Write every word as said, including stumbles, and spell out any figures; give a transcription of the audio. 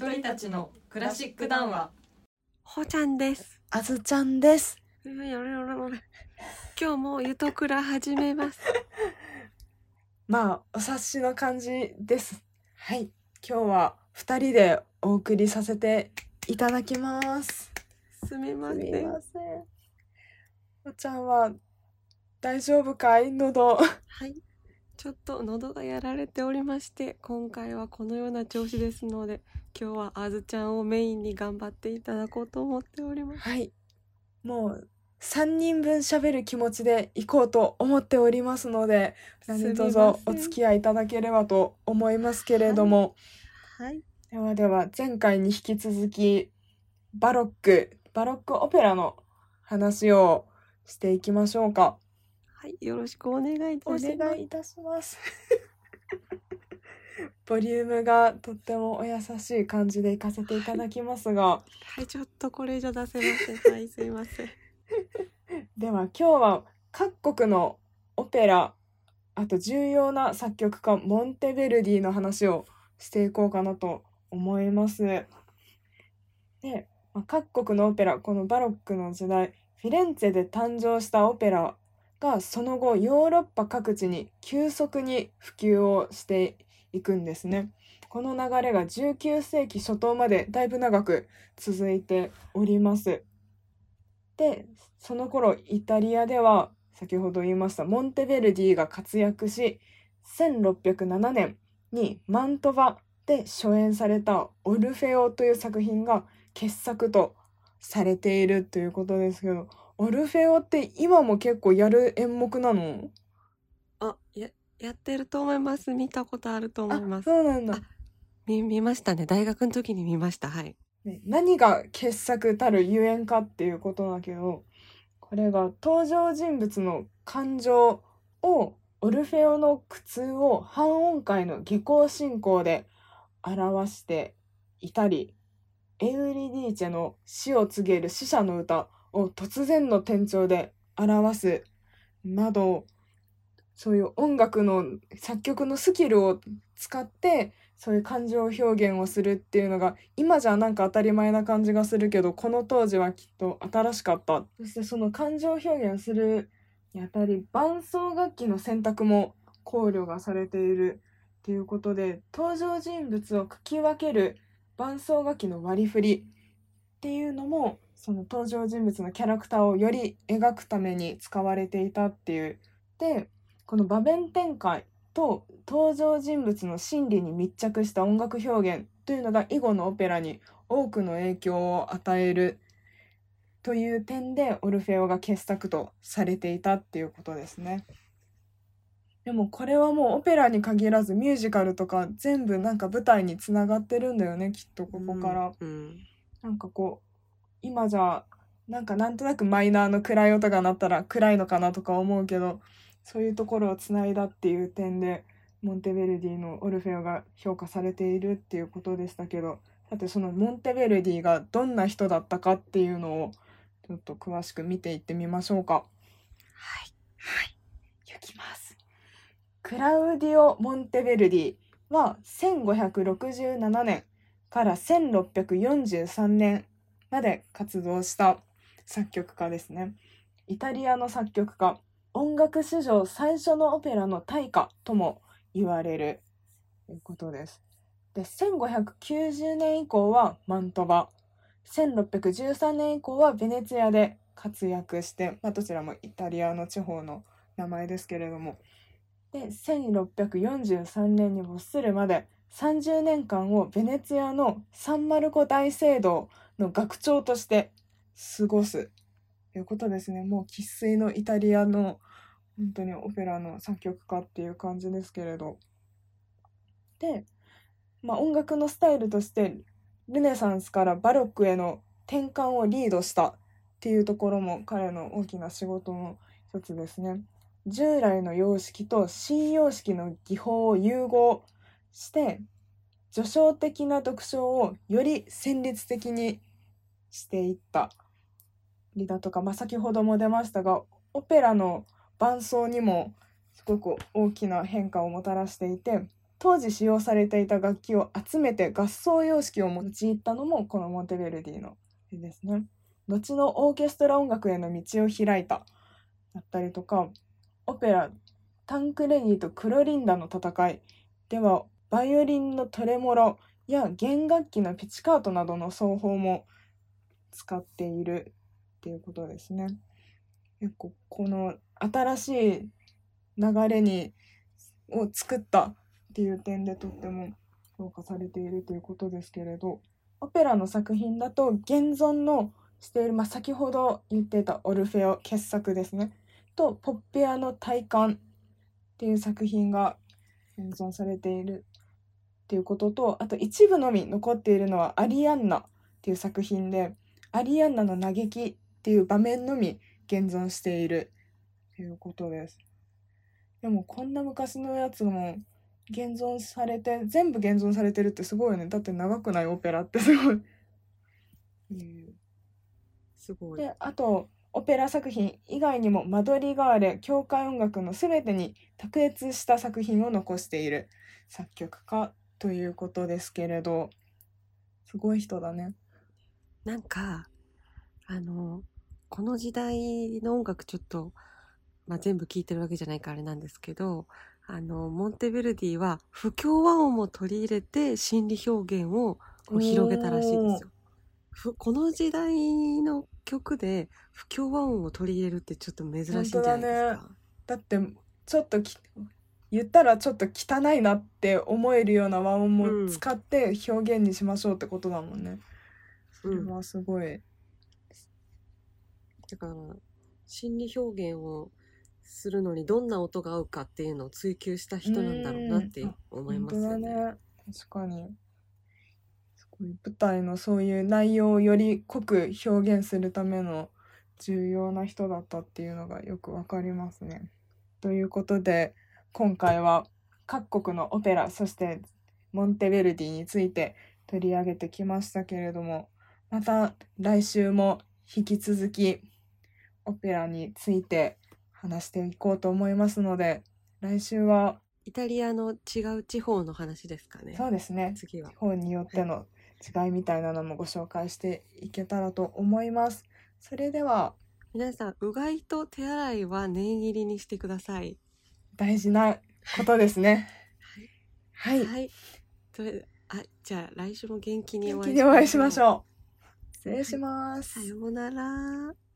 鳥たちのクラシック談話。 ほちゃんです。 あずちゃんです。 今日もゆとくら始めますまあお察しの感じです。はい、今日は二人でお送りさせていただきます。 すみません。 すみません。ほちゃんは大丈夫かい？喉。 はい、ちょっと喉がやられておりまして、今回はこのような調子ですので、今日はあずちゃんをメインに頑張っていただこうと思っております。 はい、もうさんにんぶん喋る気持ちで行こうと思っておりますので、何卒お付き合いいただければと思いますけれども、 はい、はい、 ではでは前回に引き続きバロックバロックオペラの話をしていきましょうか。 はい、よろしくお願いいたします。 お願いいたしますボリュームがとってもお優しい感じでいかせていただきますが、はい、はい、ちょっとこれ以上出せません。はい、すいませんでは今日は各国のオペラ、あと重要な作曲家モンテベルディの話をしていこうかなと思います。で、まあ、各国のオペラ、このバロックの時代、フィレンツェで誕生したオペラがその後ヨーロッパ各地に急速に普及をしていくんですね。この流れがじゅうきゅうせいき初頭までだいぶ長く続いております。で、その頃イタリアでは先ほど言いましたモンテベルディが活躍し、せんろっぴゃくななねんにマントバで初演されたオルフェオという作品が傑作とされているということですけど、オルフェオって今も結構やる演目なの？ あ、や、やってると思います。見たことあると思います。 あ、そうなんだ。 見、見ましたね。大学の時に見ました。はい。 ね、何が傑作たるゆえんかっていうことだけど、これが登場人物の感情をオルフェオの苦痛を半音階の下行進行で表していたり、エウリディーチェの死を告げる死者の歌を突然の転調で表すなど、そういう音楽の作曲のスキルを使ってそういう感情表現をするっていうのが今じゃなんか当たり前な感じがするけど、この当時はきっと新しかった。そしてその感情表現をするにあたり伴奏楽器の選択も考慮がされているっていうことで、登場人物を書き分ける伴奏楽器の割り振りっていうのもその登場人物のキャラクターをより描くために使われていたっていう。で、この場面展開と登場人物の心理に密着した音楽表現というのが以後のオペラに多くの影響を与えるという点でオルフェオが傑作とされていたっていうことですね。でもこれはもうオペラに限らずミュージカルとか全部なんか舞台につながってるんだよね、きっとここから、 うんうん、 なんかこう今じゃなんかなんとなくマイナーの暗い音が鳴ったら暗いのかなとか思うけど、そういうところをつないだっていう点でモンテベルディのオルフェオが評価されているっていうことでしたけど、さてそのモンテベルディがどんな人だったかっていうのをちょっと詳しく見ていってみましょうか。はいはい行きます。クラウディオ・モンテベルディはせんごひゃくろくじゅうななねんからせんろっぴゃくよんじゅうさんねんまで活動した作曲家ですね。イタリアの作曲家、音楽史上最初のオペラの大家とも言われるということです。で、せんごひゃくきゅうじゅうねん以降はマントバ、せんろっぴゃくじゅうさんねん以降はベネツィアで活躍して、まあ、どちらもイタリアの地方の名前ですけれども、でせんろっぴゃくよんじゅうさんねんに没するまでさんじゅうねんかんをベネツィアのサンマルコ大聖堂の楽長として過ごすということですね。もう生粋のイタリアの本当にオペラの作曲家っていう感じですけれど、で、まあ、音楽のスタイルとしてルネサンスからバロックへの転換をリードしたっていうところも彼の大きな仕事の一つですね。従来の様式と新様式の技法を融合して序章的な読書をより旋律的にしていったりだとか、まあ、先ほども出ましたがオペラの伴奏にもすごく大きな変化をもたらしていて、 当時使用されていた楽器を集めて合奏様式を用いたのもこのモンテベルディの絵ですね。後のオーケストラ音楽への道を開いただったりとか、オペラタンクレディとクロリンダの戦いではバイオリンのトレモロや弦楽器のピチカートなどの奏法も使っているっていうことですね。結構この新しい流れにを作ったっていう点でとっても評価されているということですけれど、オペラの作品だと現存のしている、まあ、先ほど言っていたオルフェオ傑作ですねとポッペアの体感っていう作品が現存されているっていうことと、あと一部のみ残っているのはアリアンナっていう作品で、アリアンナの嘆きっていう場面のみ現存しているということです。でもこんな昔のやつも現存されて、全部現存されてるってすごいよね。だって長くないオペラってすごい。 うんすごい。 で、あとオペラ作品以外にもマドリガーレ、教会音楽のすべてに卓越した作品を残している作曲家ということですけれど、すごい人だね。 なんかあのこの時代の音楽ちょっと、まあ、全部聴いてるわけじゃないからあれなんですけど、あのモンテベルディは不協和音も取り入れて心理表現をこう広げたらしいですよ。ふこの時代の曲で不協和音を取り入れるってちょっと珍しいんじゃないですか。 だってちょっとき言ったらちょっと汚いなって思えるような和音も使って表現にしましょうってことだもんね。それはすごい。 だから心理表現をするのにどんな音が合うかっていうのを追求した人なんだろうなって思いますよね。 本当だね。確かに。舞台のそういう内容をより濃く表現するための重要な人だったっていうのがよくわかりますね。ということで今回は各国のオペラ、そしてモンテベルディについて取り上げてきましたけれども、また来週も引き続きオペラについて話していこうと思いますので、来週はイタリアの違う地方の話ですかね。 そうですね。 次は地方によっての違いみたいなのもご紹介していけたらと思います。それでは皆さん、うがいと手洗いは念入りにしてください。 大事なことですね。はい。 はい。それあじゃあ来週も元気に元気にお会いしましょう。失礼します。 さようなら。